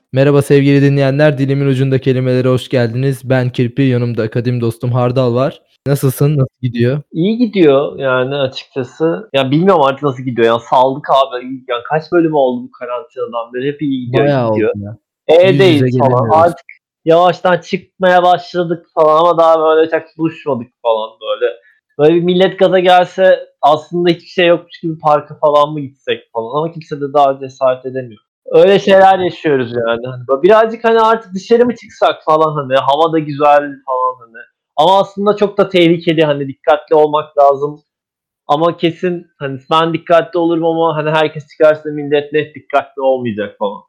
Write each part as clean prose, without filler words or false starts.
Merhaba sevgili dinleyenler, dilimin ucunda kelimelere hoş geldiniz. Ben Kirpi, yanımda kadim dostum Hardal var. Nasılsın, nasıl gidiyor? İyi gidiyor yani açıkçası. Ya bilmiyorum artık nasıl gidiyor ya. Saldık abi. Yani kaç bölüm oldu bu karantinadan beri. Hep iyi gidiyor, iyi Bayağı oldu gidiyor. ya. Yüz yüze Evdeyiz falan. gelemiyoruz. Artık yavaştan çıkmaya başladık falan ama daha böyle çok buluşmadık falan böyle. Böyle bir millet gaza gelse aslında hiçbir şey yokmuş gibi parka falan mı gitsek falan ama kimse de daha cesaret edemiyor. Öyle şeyler yaşıyoruz yani. Hani böyle birazcık hani artık dışarı mı çıksak falan hani hava da güzel falan hani. Ama aslında çok da tehlikeli hani dikkatli olmak lazım. Ama kesin hani ben dikkatli olurum ama hani herkes çıkarsa millet net dikkatli olmayacak falan.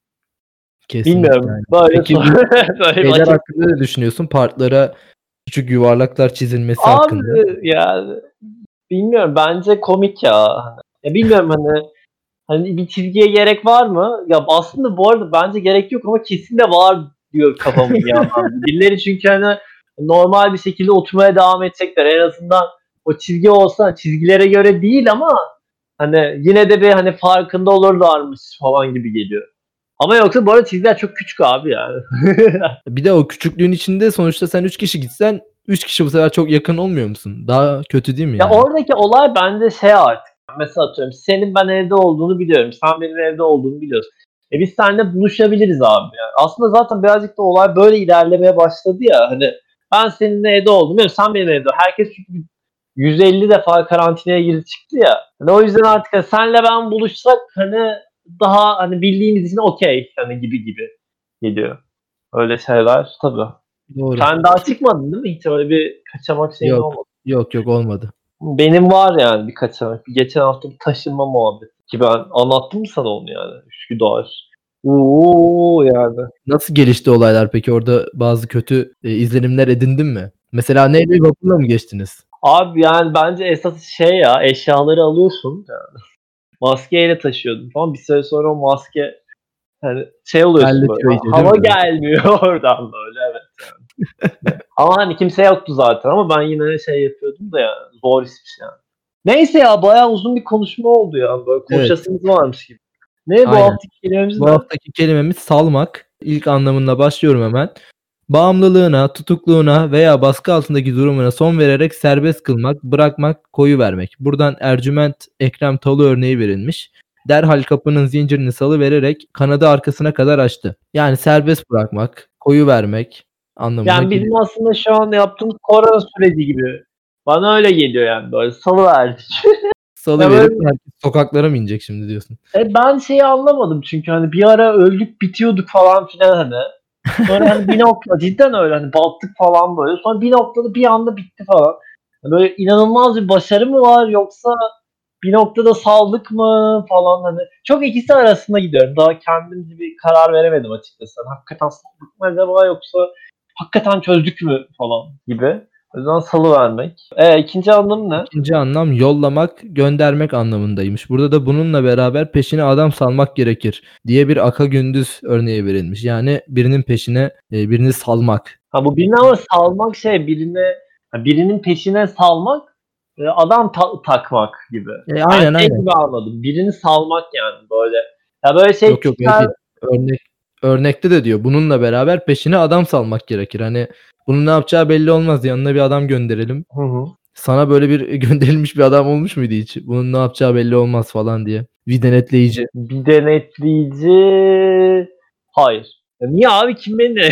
Kesinlikle Bilmiyorum. aynen. Böyle Peki bu böyle bir şeyler açık. hakkında ne düşünüyorsun? Parklara küçük yuvarlaklar çizilmesi Abi hakkında. ya bilmiyorum bence komik ya. Ya bilmiyorum hani bir çizgiye gerek var mı? Ya aslında bu arada bence gerek yok ama kesin de var diyor kafam bir yandan. Birileri çünkü hani normal bir şekilde oturmaya devam edecekler. En azından o çizgi olsa çizgilere göre değil ama hani yine de bir hani farkında olurlarmış falan gibi geliyor. Ama yoksa bu arada çizgiler çok küçük abi yani. Bir de o küçüklüğün içinde sonuçta sen 3 kişi gitsen 3 kişi bu sefer çok yakın olmuyor musun? Daha kötü değil mi Ya yani? oradaki olay bende şey artık. Mesela atıyorum senin ben evde olduğunu biliyorum. Sen benim evde olduğumu biliyorsun. Biz seninle buluşabiliriz abi yani. Aslında zaten birazcık da olay böyle ilerlemeye başladı ya. Hani ben seninle evde olduğumu biliyorum. Sen benim evde. Herkes çünkü 150 defa karantinaya girdi çıktı ya. Hani o yüzden artık hani senle ben buluşsak hani daha hani bildiğimiz için okey hani gibi geliyor. Öyle şeyler tabii. Doğru. Sen daha çıkmadın değil mi? Hiç öyle bir kaçamak şeyin Yok. olmadı. Yok olmadı. Benim var yani bir kaçamak. Geçen hafta bir taşınma muhabbeti. Ki ben anlattım mı sana onu yani? Üsküdar. Yani. Nasıl gelişti olaylar peki? Orada bazı kötü, izlenimler edindin mi? Mesela neyle, vapurla mı geçtiniz? Abi yani bence esas şey ya eşyaları alıyorsun. Yani maskeyle taşıyordum falan. Bir süre sonra o maske hani şey oluyorsun böyle. Terletiyor iyice değil Hava mi? gelmiyor oradan böyle evet yani. Ama hani kimse yoktu zaten ama ben yine şey yapıyordum da yani zor işmiş yani. Neyse ya bayağı uzun bir konuşma oldu ya. Böyle Evet, konuşasımız varmış gibi. Ne bu aynen. haftaki kelimemiz Bu ne? haftaki kelimemiz salmak. İlk anlamında başlıyorum hemen. Bağımlılığına, tutukluğuna veya baskı altındaki durumuna son vererek serbest kılmak, bırakmak, koyuvermek. Buradan Ercüment Ekrem Talı örneği verilmiş. Derhal kapının zincirini salıvererek kanadı arkasına kadar açtı. Yani serbest bırakmak, koyuvermek anlamına Yani geliyor. bizim aslında şu an yaptığımız korona süreci gibi. Bana öyle geliyor yani böyle salıverdik. Ya Salıverip böyle herkes sokaklara mı inecek şimdi diyorsun? ben şeyi anlamadım çünkü hani bir ara öldük bitiyorduk falan filan hani. Sonra hani bir nokta cidden öyle hani battık falan böyle. Sonra bir noktada bir anda bitti falan. Böyle inanılmaz bir başarı mı var yoksa bir noktada saldık mı falan hani. Çok ikisi arasında gidiyorum. Daha kendimce bir karar veremedim açıkçası. Hani hakikaten saldık mı acaba yoksa hakikaten çözdük mü falan gibi. O yüzden salıvermek. İkinci anlamı ne? İkinci anlam yollamak, göndermek anlamındaymış. Burada da bununla beraber peşine adam salmak gerekir diye bir Aka Gündüz örneği verilmiş. Yani birinin peşine, birini salmak. Ha bu birine ama salmak şey birinin peşine salmak adam takmak gibi. Ben Aynen, şey aynen. gibi anladım. Birini salmak yani böyle. Ya böyle şey Yok, öyle tipler. değil. Örnekte de diyor, bununla beraber peşine adam salmak gerekir. Hani bunun ne yapacağı belli olmaz. Yanına bir adam gönderelim. Hı hı. Sana böyle bir gönderilmiş bir adam olmuş muydu hiç? Bunun ne yapacağı belli olmaz falan diye. Bir denetleyici. Bir denetleyici. Hayır. Ya niye abi kim beni?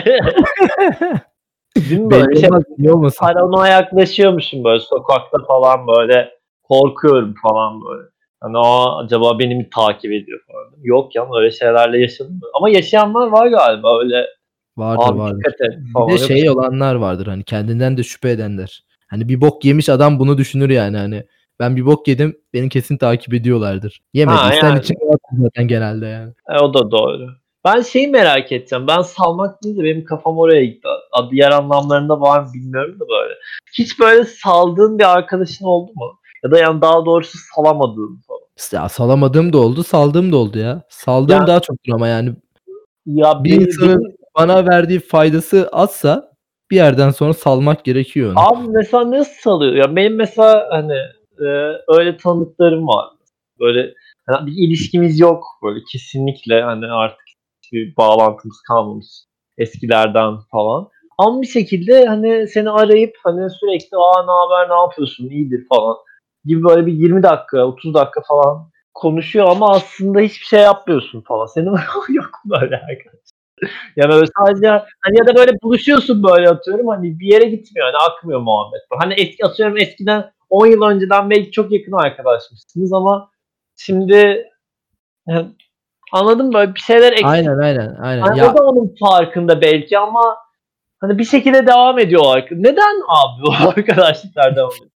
Değil mi böyle Belli şey? olmaz, niye olmasın? Paranoya yaklaşıyormuşum böyle sokakta falan böyle korkuyorum falan böyle. Hani o acaba beni mi takip ediyor falan. Yok ya öyle şeylerle yaşadım mı? Ama yaşayanlar var galiba öyle. Vardır, Abi vardır. dikkat et Bir de falan. Yoksa şey olanlar vardır, hani, kendinden de şüphe edenler. Hani, bir bok yemiş adam bunu düşünür yani, hani, ben bir bok yedim, beni kesin takip ediyorlardır. ha Yemediysen yani içine attın zaten genelde yani. o da doğru. Ben şeyi merak edeceğim. Ben salmak deyince benim kafam oraya gitti. Diğer anlamlarında var mı bilmiyorum da böyle. Hiç böyle saldığın bir arkadaşın oldu mu? Ya da yani daha doğrusu salamadığın falan. Ya, salamadığım da oldu, saldığım da oldu ya. Saldığım Yani daha çoktur ama yani ya bir insanın benim bana verdiği faydası azsa bir yerden sonra salmak gerekiyor onu. abi mesela nasıl salıyor? Ya benim mesela hani öyle tanıdıklarım var. Böyle hani bir ilişkimiz yok böyle kesinlikle hani artık hiçbir bağlantımız kalmamış eskilerden falan. Ama bir şekilde hani seni arayıp hani sürekli ne haber, ne yapıyorsun, iyidir falan gibi böyle bir 20 dakika, 30 dakika falan konuşuyor ama aslında hiçbir şey yapmıyorsun falan. Senin yok mu böyle arkadaş? Ya böyle sadece hani ya da böyle buluşuyorsun böyle atıyorum hani bir yere gitmiyor hani akmıyor muhabbet. Hani atıyorum eskiden 10 yıl önceden belki çok yakın arkadaşmışsınız ama şimdi anladın mı? Böyle bir şeyler eksik. Aynen. Hani o da onun farkında belki ama hani bir şekilde devam ediyor. Neden abi bu arkadaşlıklar devam ediyor?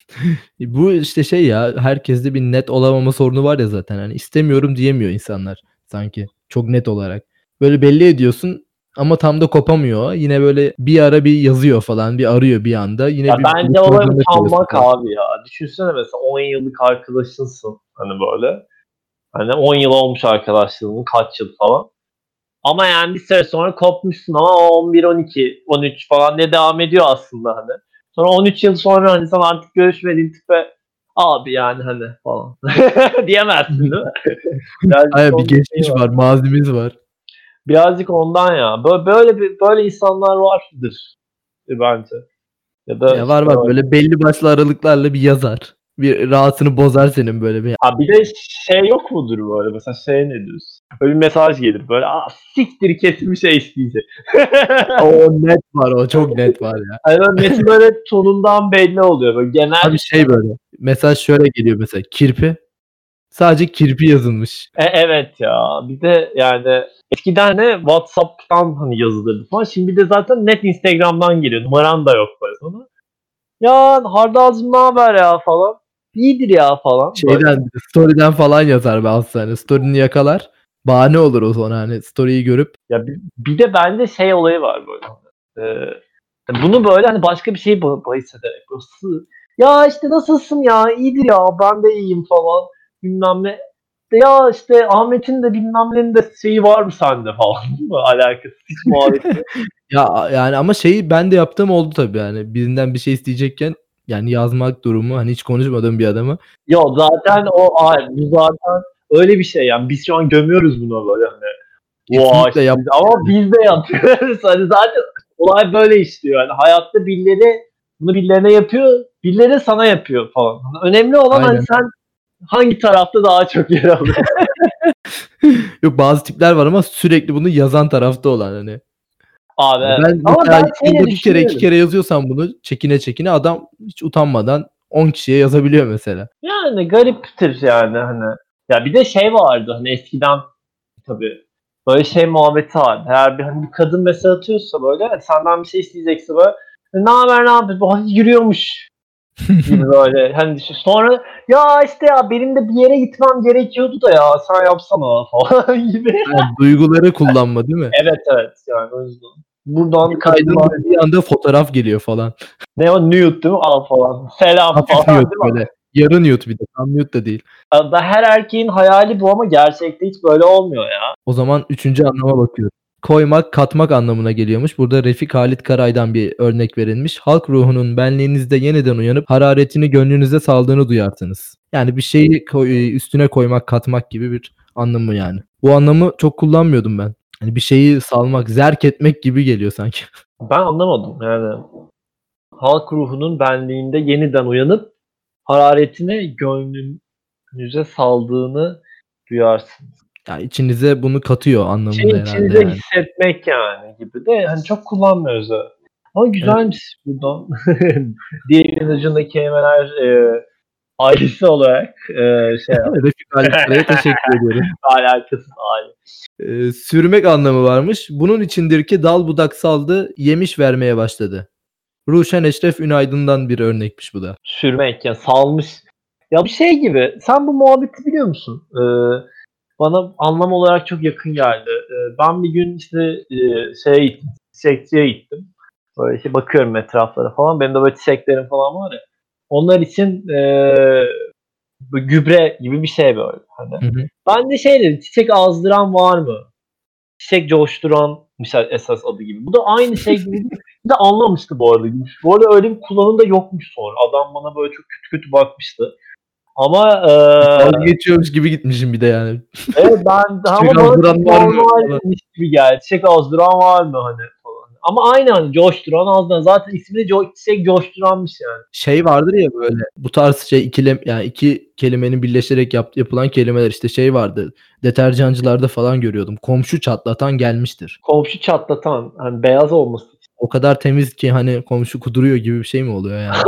Bu işte şey ya, herkeste bir net olamama sorunu var ya zaten. Hani istemiyorum diyemiyor insanlar sanki çok net olarak. Böyle belli ediyorsun ama tam da kopamıyor. Yine böyle bir ara bir yazıyor falan, bir arıyor bir anda. Yine Ya bir bence buluşmak olay zorunda kalıyorsun utanmak falan. abi ya. Düşünsene mesela 10 yıllık arkadaşınsın hani böyle. Hani 10 yıl olmuş arkadaşlığının kaç yıl falan. Ama yani bir süre sonra kopmuşsun ama o 11, 12, 13 falan ne devam ediyor aslında hani. Sonra 13 yıl sonra hani sen artık görüşmediğin tipe abi yani hani falan diyemezsin değil mi? Birazcık Aynen, bir onun şeyi geçmiş var. var, mazimiz var. Birazcık ondan ya. Böyle insanlar vardır bence. Ya da Ya işte var böyle belli başlı aralıklarla bir yazar. Bir rahatını bozar senin böyle bir. bir de şey yok mudur böyle mesela şey ne diyorsun? Böyle bir mesaj gelir böyle siktir kesin bir şey isteyecek. O net var, o çok net var ya. Hani Messi böyle tonundan belli oluyor. Böyle genel Abi şey böyle, mesaj şöyle geliyor mesela, kirpi. Sadece kirpi yazılmış. evet ya. Bir de yani eskiden ne WhatsApp'tan hani yazılırdı falan. Şimdi bir de zaten net Instagram'dan geliyor. Numaran da yok böyle sana. Ya Hardaz'ım ne haber ya falan. İyidir ya falan böyle. Şeyden, story'den falan yazar bazısı, hani story'ni yakalar. Bahane olur o sonra, hani story'yi görüp. Ya bir de bende şey olayı var böyle. Bunu böyle hani başka bir şeyi bahis ederek böyle ya işte nasılsın ya iyidir ya ben de iyiyim falan bilmem ne. Ya işte Ahmet'in de bilmem nenin de şeyi var mı sende falan değil mi? Alakası hiç muhabbeti. Ya yani ama şeyi ben de yaptığım oldu tabii, yani birinden bir şey isteyecekken, yani yazmak durumu, hani hiç konuşmadığım bir adamı. Yok zaten bu zaten öyle bir şey yani biz şu an gömüyoruz bunu böyle hani. Vay Kesinlikle yap. ama biz de yapıyoruz. Hani zaten olay böyle işliyor. Yani hayatta birileri bunu birilerine yapıyor, birileri sana yapıyor falan. Hani önemli olan hani Aynen. sen hangi tarafta daha çok yer alıyorsun. Yok, bazı tipler var ama sürekli bunu yazan tarafta olan, hani. Abi Ya evet. ben Ama mesela ben şey de yılda bir kere, 2 düşünüyorum. kere yazıyorsam bunu çekine çekine, adam hiç utanmadan 10 kişiye yazabiliyor mesela. Yani gariptir yani hani. Ya bir de şey vardı hani eskiden tabii böyle şey muhabbeti vardı. Eğer bir hani bir kadın mesaj atıyorsa böyle hani senden bir şey isteyecekse böyle ne haber ne yapıyorsun? Bu hadi yürüyormuş gibi böyle hani sonra ya işte ya benim de bir yere gitmem gerekiyordu da ya sen yapsana falan gibi. Yani duyguları kullanma, değil mi? Evet evet yani o yüzden. Buradan Bir kadınlar aydınlanıyor, bir anda fotoğraf geliyor falan. ne o nude değil mi? Al falan. Selam Hafif falan nude değil mi? böyle. Yarı nude bir de. Tam nude da değil. Da her erkeğin hayali bu ama gerçekte hiç böyle olmuyor ya. O zaman 3. anlama bakıyorum. Koymak, katmak anlamına geliyormuş. Burada Refik Halit Karay'dan bir örnek verilmiş. Halk ruhunun benliğinizde yeniden uyanıp hararetini gönlünüze saldığını duyarsınız. Yani bir şeyi üstüne koymak, katmak gibi bir anlamı yani. Bu anlamı çok kullanmıyordum ben. Hani bir şeyi salmak, zerk etmek gibi geliyor sanki. Ben anlamadım yani. Halk ruhunun benliğinde yeniden uyanıp hararetini gönlünüze saldığını duyarsın. Ya içinize bunu katıyor anlamında Şey herhalde içinizde yani. hissetmek yani gibi de hani çok kullanmıyoruz öyle. Ama Evet. güzelmiş buradan. Diğerinin ucundaki kelimeler ailesi olarak şey Refik Halit Karay'a teşekkür ediyoruz. alakasız aile. Sürmek anlamı varmış. Bunun içindir ki dal budak saldı, yemiş vermeye başladı. Ruşen Eşref Ünaydın'dan bir örnekmiş bu da. Sürmek ya salmış. Ya bir şey gibi. Sen bu muhabbeti biliyor musun? Bana anlam olarak çok yakın geldi. Ben bir gün işte çiçekçiye gittim. Böyle işte bakıyorum etraflara falan. Benim de böyle çiçeklerim falan var ya. Onlar için böyle gübre gibi bir şey böyle. Hani. Hı hı. Ben de şey dedim. Çiçek azdıran var mı? Çiçek coşturan misal esas adı gibi. Bu da aynı şey gibi. Bir de anlamıştı bu arada. Bu arada öyle bir kullanım da yokmuş sonra. Adam bana böyle çok kötü kötü bakmıştı. Ama Dalga geçiyormuş gibi gitmişim bir de yani. evet ben Çiçek ama bana azdıran var mı falan. normalmiş gibi geldi. Çiçek azdıran var mı hani falan. Ama aynı hani coşturan azdıran. Zaten ismi de çiçek coşturanmış yani. Şey vardır ya böyle bu tarz şey yani iki kelimenin birleşerek yapılan kelimeler işte şey vardı. Deterjancılarda falan görüyordum. Komşu çatlatan gelmiştir. Komşu çatlatan hani beyaz olması. O kadar temiz ki hani komşu kuduruyor gibi bir şey mi oluyor yani?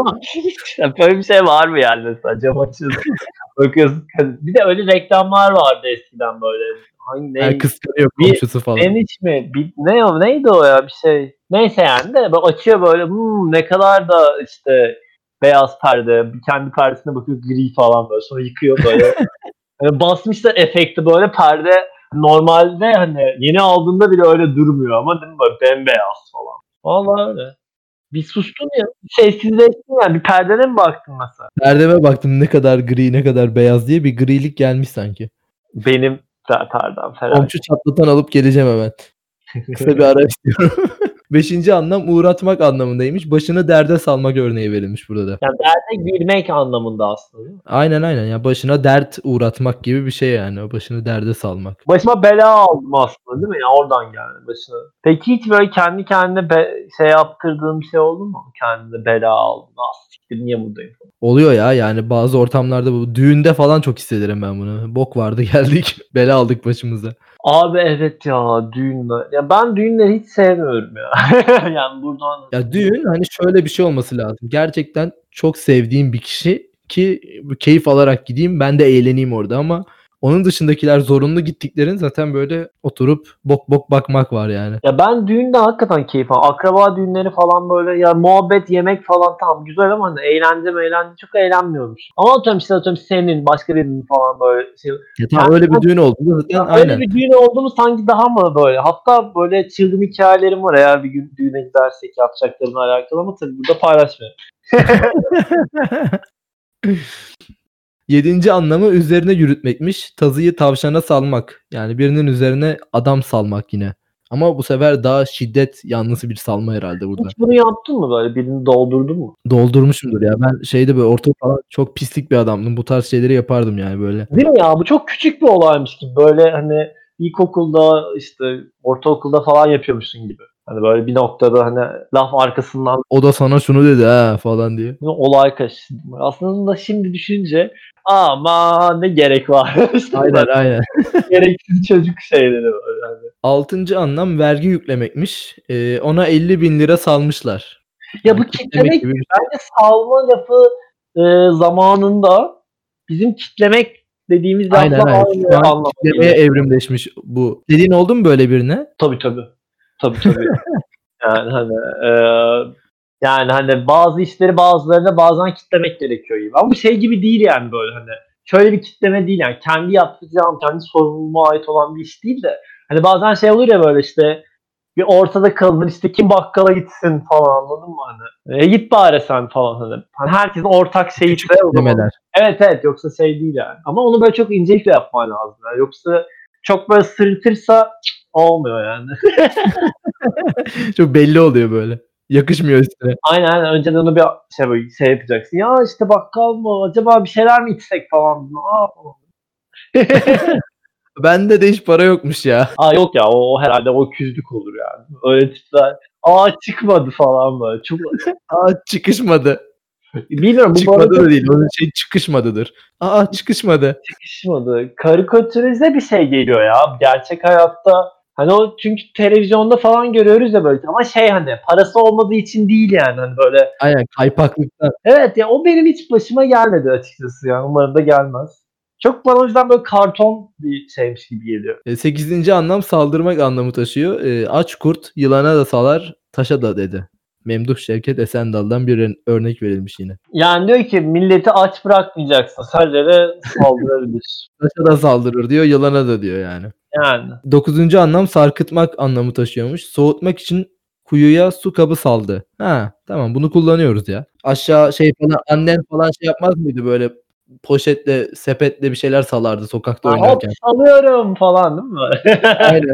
Ya böyle bir şey var mı yani mesela cam açıyorsun bakıyorsun bir de öyle reklamlar vardı eskiden böyle hangi Yani ne kıskanıyor bir komşusu falan. Vanish mi bir ne o neydi o ya bir şey neyse yani de böyle açıyor böyle ne kadar da işte beyaz perde bir kendi perdesine bakıyor gri falan böyle sonra yıkıyor böyle yani basmışlar efekti böyle perde normalde hani yeni aldığında bile öyle durmuyor ama değil mi böyle bembeyaz falan. Vallahi öyle. Bir sustun ya. Sessizleştin yani. Bir perdene mi baktın mesela? Perdeme baktım ne kadar gri ne kadar beyaz diye bir grilik gelmiş sanki. Benim perdem felaket. Komşu çatlatan alıp geleceğim hemen. Kısa bir ara istiyorum. 5. anlam uğratmak anlamındaymış. Başını derde salmak örneği verilmiş burada da. Yani derde girmek anlamında aslında değil mi? Aynen aynen. Ya başına dert uğratmak gibi bir şey yani. O başını derde salmak. Başıma bela aldım aslında değil mi? Yani oradan geldi başına. Peki hiç böyle kendi kendine şey yaptırdığın bir şey oldu mu? Kendine bela aldın. Siktir niye buradayım? Oluyor ya yani bazı ortamlarda bu düğünde falan çok hissederim ben bunu. Bok vardı geldik bela aldık başımıza. Abi evet ya düğünler. Ya ben düğünleri hiç sevmiyorum ya. Yani buradan Ya düğün hani şöyle bir şey olması lazım. Gerçekten çok sevdiğim bir kişi ki keyif alarak gideyim ben de eğleneyim orada ama onun dışındakiler zorunlu gittiklerin zaten böyle oturup bok bok bakmak var yani. ya ben düğünde hakikaten keyif alıyorum. Akraba düğünleri falan böyle ya muhabbet yemek falan tamam güzel ama hani eğlence çok eğlenmiyormuş. Ama atıyorum senin başka birinin falan böyle şey. Ya tamam öyle bir düğün olduğunda zaten Öyle aynen. bir düğün oldu mu sanki daha mı böyle? Hatta böyle çılgın hikayelerim var eğer bir gün düğüne gidersek yapacaklarımla alakalı ama tabii burada paylaşmıyorum. 7. anlamı üzerine yürütmekmiş. Tazıyı tavşana salmak. Yani birinin üzerine adam salmak yine. Ama bu sefer daha şiddet yanlısı bir salma herhalde burada. Hiç bunu yaptın mı böyle? Birini doldurdun mu? Doldurmuşumdur ya. Ben şeyde böyle orta falan çok pislik bir adamdım. Bu tarz şeyleri yapardım yani böyle. Değil mi ya? Bu çok küçük bir olaymış gibi. Böyle hani ilkokulda işte ortaokulda falan yapıyormuşsun gibi. Hani böyle bir noktada hani laf arkasından O da sana şunu dedi ha falan diye. olay kaçıştı. Aslında şimdi düşününce ama ne gerek var? İşte Aynen aynen. gereksiz çocuk şeyleri böyle. Hani. 6. anlam vergi yüklemekmiş. Ona 50.000 lira salmışlar. Ya bu Yani kitlemek kitlemek gibi bir şey. bence salma lafı zamanında bizim kitlemek dediğimiz Aynen lafla aynen. Şu aynı an anlama kitlemeye geliyor. evrimleşmiş bu. Dediğin oldu mu böyle birine? Tabii tabii. Tabii tabii. Yani hani yani hani bazı işleri bazılarına bazen kitlemek gerekiyor gibi. Ama bu şey gibi değil yani böyle hani şöyle bir kitleme değil yani kendi yapacağım, kendi sorumluluğuma ait olan bir iş değil de hani bazen şey olur ya böyle işte bir ortada kalır işte kim bakkala gitsin falan anladın mı hani? Git bari sen falan hani. Hani herkesin ortak Küçük şeyse o zaman. kitlemeler. Evet yoksa şey değil yani. Ama onu böyle çok incelikle yapman lazım. Yani. Yoksa çok böyle sırıtırsa olmuyor yani. Çok belli oluyor böyle. Yakışmıyor üstüne. Aynen önceden onu bir şey, böyle, şey yapacaksın. Ya işte bakkal mı? Acaba bir şeyler mi içsek falan. Falan. Bende de hiç para yokmuş ya. Yok ya o herhalde o küzlük olur yani. Öyle tipler. Çıkmadı falan böyle. Çok Çıkışmadı. bilmiyorum bu bana Çıkmadı çok da değil. Onun şey çıkışmadıdır. çıkışmadı. yakışmadı. Karikatürize bir şey geliyor ya. Gerçek hayatta hani o çünkü televizyonda falan görüyoruz ya böyle ama şey hani parası olmadığı için değil yani hani böyle. Aynen kaypaklıktan. Evet ya o benim hiç başıma gelmedi açıkçası yani umarım da gelmez. Çok bana o yüzden böyle karton bir şeymiş gibi geliyor. 8. anlam saldırmak anlamı taşıyor. Aç kurt yılana da salar, taşa da dedi. Memduh Şevket Esendal'dan bir örnek verilmiş yine. Yani diyor ki milleti aç bırakmayacaksın. Sadece saldırabilir. Taşa da saldırır diyor, yılana da diyor yani. Yani. 9. anlam sarkıtmak anlamı taşıyormuş. Soğutmak için kuyuya su kabı saldı. Ha, tamam bunu kullanıyoruz ya. Aşağı şey falan annen falan şey yapmaz mıydı böyle poşetle, sepetle bir şeyler salardı sokakta Hop oynarken. salıyorum falan değil mi? Aynen.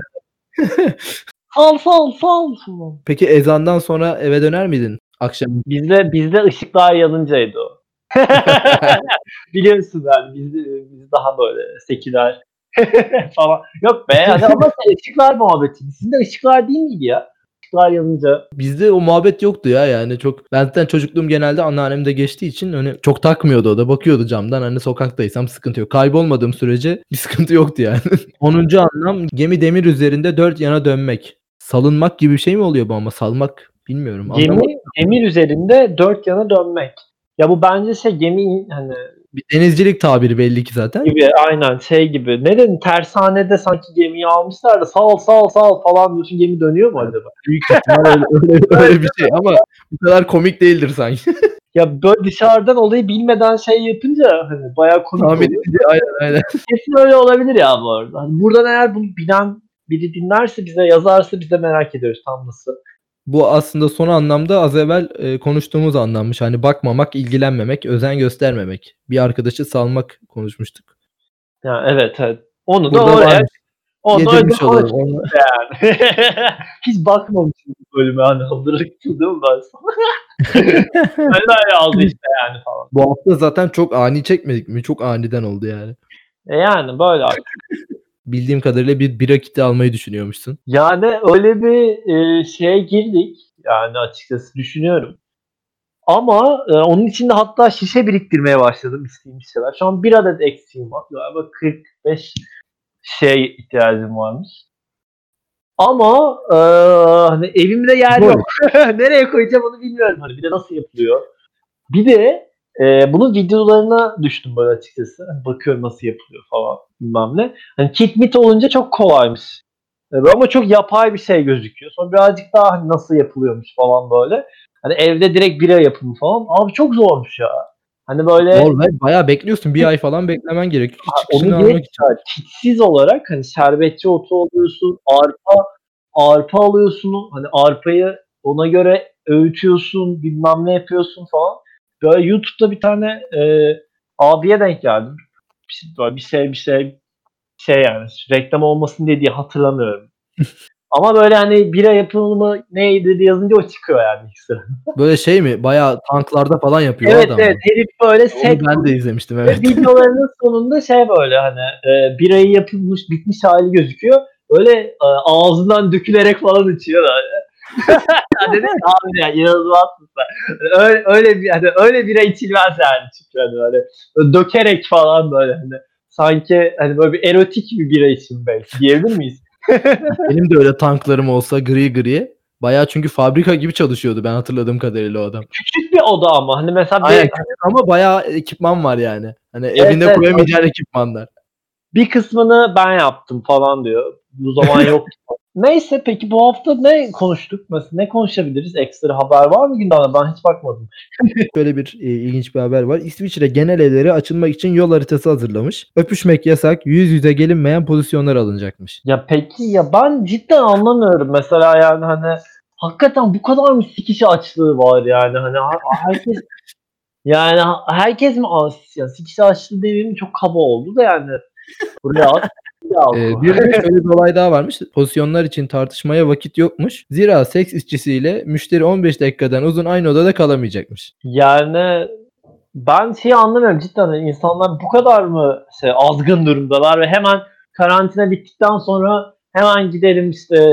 Sal falan. Peki ezandan sonra eve döner miydin akşam? Bizde ışıklar yanıncaydı o. Biliyorsun yani biz daha böyle seküler falan. Yok be yani ama ışıklar muhabbeti. Sizin de ışıklar değil miydi ya? Işıklar yanınca. Bizde o muhabbet yoktu ya yani çok. Ben zaten çocukluğum genelde anneannemde geçtiği için hani çok takmıyordu o da. Bakıyordu camdan hani sokaktaysam sıkıntı yok. Kaybolmadığım sürece bir sıkıntı yoktu yani. 10. anlam gemi demir üzerinde dört yana dönmek. Salınmak gibi bir şey mi oluyor bu ama salmak bilmiyorum. Anlamadım. Gemi demir üzerinde dört yana dönmek. Ya bu bence gemi hani Bir denizcilik tabiri belli ki zaten. gibi aynen gibi. Neden tersanede sanki gemiyi almışlar da sal falan diyorsun gemi dönüyor mu acaba? Büyük ihtimal öyle bir şey ama bu kadar komik değildir sanki. Ya böyle dışarıdan olayı bilmeden yapınca hani bayağı komik Tahmin oluyor. edince aynen. Kesin öyle olabilir ya bu arada. Hani buradan eğer bunu bilen biri dinlerse bize yazarsa biz de merak ediyoruz tam nasıl. Bu aslında son anlamda az evvel konuştuğumuz anlammış. Hani bakmamak, ilgilenmemek, özen göstermemek. Bir arkadaşı salmak konuşmuştuk. Ya evet. Onu Burada da oraya varmış. Yedirmiş olalım onu. yani. Hiç bakmamışım bu bölüme hani hazırlıksız değil mi ben sana? Öyle aldı işte yani falan. Bu hafta zaten çok ani çekmedik mi? Çok aniden oldu yani. Yani böyle artık. Bildiğim kadarıyla bir bira kiti almayı düşünüyormuşsun. Yani öyle bir şeye girdik. Yani açıkçası düşünüyorum. Ama onun için de hatta şişe biriktirmeye başladım istediğim şeyler. Şu an bir adet eksiğim var. Galiba 45 ihtiyacım varmış. Ama hani evimde yer yok. Nereye koyacağım onu bilmiyorum. Hani bir de nasıl yapılıyor. Bir de bunun videolarına düştüm böyle açıkçası. Hani bakıyorum nasıl yapılıyor falan bilmem ne. Hani kit mit olunca çok kolaymış. Ama çok yapay bir şey gözüküyor. Sonra birazcık daha hani nasıl yapılıyormuş falan böyle. Hani evde direkt bira yapımı falan. Abi çok zormuş ya. Hani böyle Zor ve bayağı bekliyorsun. Bir ay falan beklemen gerekiyor ki çıkışını onu almak direkt için. kitsiz olarak hani şerbetçi otu alıyorsun, arpa alıyorsun. Hani arpayı ona göre öğütüyorsun, bilmem ne yapıyorsun falan. Böyle YouTube'da bir tane abiye denk geldim. Böyle bir şey yani reklam olmasın diye hatırlamıyorum. Ama böyle hani bira yapımı neydi diye yazınca o çıkıyor yani ikisi. Böyle şey mi? Bayağı tanklarda falan yapıyor o Evet adam mı? herif böyle Onu set ben de izlemiştim ve evet. videolarının sonunda böyle hani birayı yapılmış bitmiş hali gözüküyor. Öyle ağzından dökülerek falan içiyor böyle. Dedim abi ya inanılmazsın sen. Öyle bir hani öyle bira içilmez yani çünkü hani böyle dökerek falan böyle hani sanki hani böyle bir erotik bir bira için belki diyebilir miyiz? Benim de öyle tanklarım olsa gri. Bayağı çünkü fabrika gibi çalışıyordu ben hatırladığım kadarıyla o adam. Küçük bir oda ama hani mesela Aynen küçük ama bayağı ekipman var yani. Hani evinde evet, koyamayacağın ekipmanlar. bir kısmını ben yaptım falan diyor. Bu zaman yok. Neyse peki bu hafta ne konuştuk? Mesela ne konuşabiliriz? Ekstra haber var mı gündemde? Ben hiç bakmadım. Böyle bir ilginç bir haber var. İsviçre genel evleri açılmak için yol haritası hazırlamış. Öpüşmek yasak, yüz yüze gelinmeyen pozisyonlar alınacakmış. Ya peki ya ben cidden anlamıyorum mesela yani hani hakikaten bu kadar mı sikiş açlığı var yani hani herkes yani herkes mi ya sikiş açlığı demeyeyim çok kaba oldu da yani buraya at Bir de şöyle bir olay daha varmış. Pozisyonlar için tartışmaya vakit yokmuş. Zira seks işçisiyle müşteri 15 dakikadan uzun aynı odada kalamayacakmış. yani ben anlamıyorum cidden hani insanlar bu kadar mı azgın durumdalar ve hemen karantina bittikten sonra hemen gidelim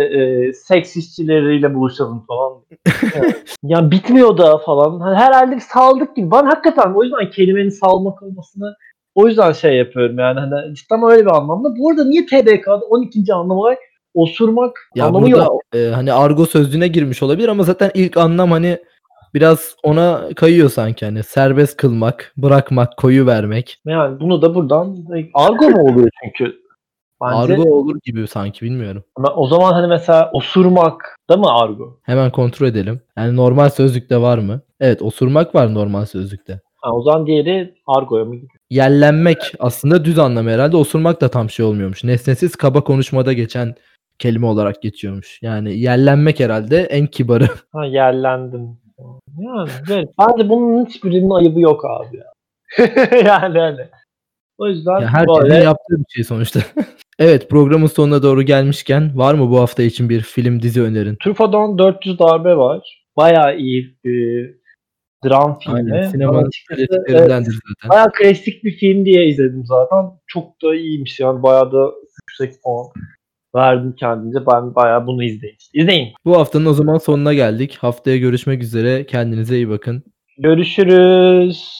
seks işçileriyle buluşalım falan. Yani bitmiyor da falan. Hani herhalde bir saldık gibi. Ben hakikaten o yüzden kelimenin salmak olmasını o yüzden yapıyorum yani hani cidden öyle bir anlamda. Bu arada niye TDK'da 12. anlam olarak osurmak Ya anlamı burada yok? hani argo sözlüğüne girmiş olabilir ama zaten ilk anlam hani biraz ona kayıyor sanki hani serbest kılmak, bırakmak, koyuvermek. Yani bunu da buradan argo mu oluyor çünkü? Argo Bence olur gibi sanki bilmiyorum. ama o zaman hani mesela osurmak da mı argo? Hemen kontrol edelim. Yani normal sözlükte var mı? Evet, osurmak var normal sözlükte. Ha, o zaman diğeri argoya mı gidiyor? Yellenmek aslında düz anlamı herhalde. Osurmak da tam şey olmuyormuş. Nesnesiz kaba konuşmada geçen kelime olarak geçiyormuş. Yani yellenmek herhalde en kibarı. Ha yerlendim. Yani evet. Bence bunun hiçbirinin ayıbı yok abi ya. yani hani. O yüzden Ya herkesin böyle yaptığı bir şey sonuçta. Evet, programın sonuna doğru gelmişken var mı bu hafta için bir film dizi önerin? Truffaut'dan 400 darbe var. Bayağı iyi. Dram Aynen. filmi. Ben Sinemanın açıkçası klasiklerindendir zaten. bayağı klasik bir film diye izledim zaten. Çok da iyiymiş yani. Bayağı da yüksek puan verdim kendince. Ben bayağı bunu izleyin. İzleyin. Bu haftanın o zaman sonuna geldik. Haftaya görüşmek üzere. Kendinize iyi bakın. Görüşürüz.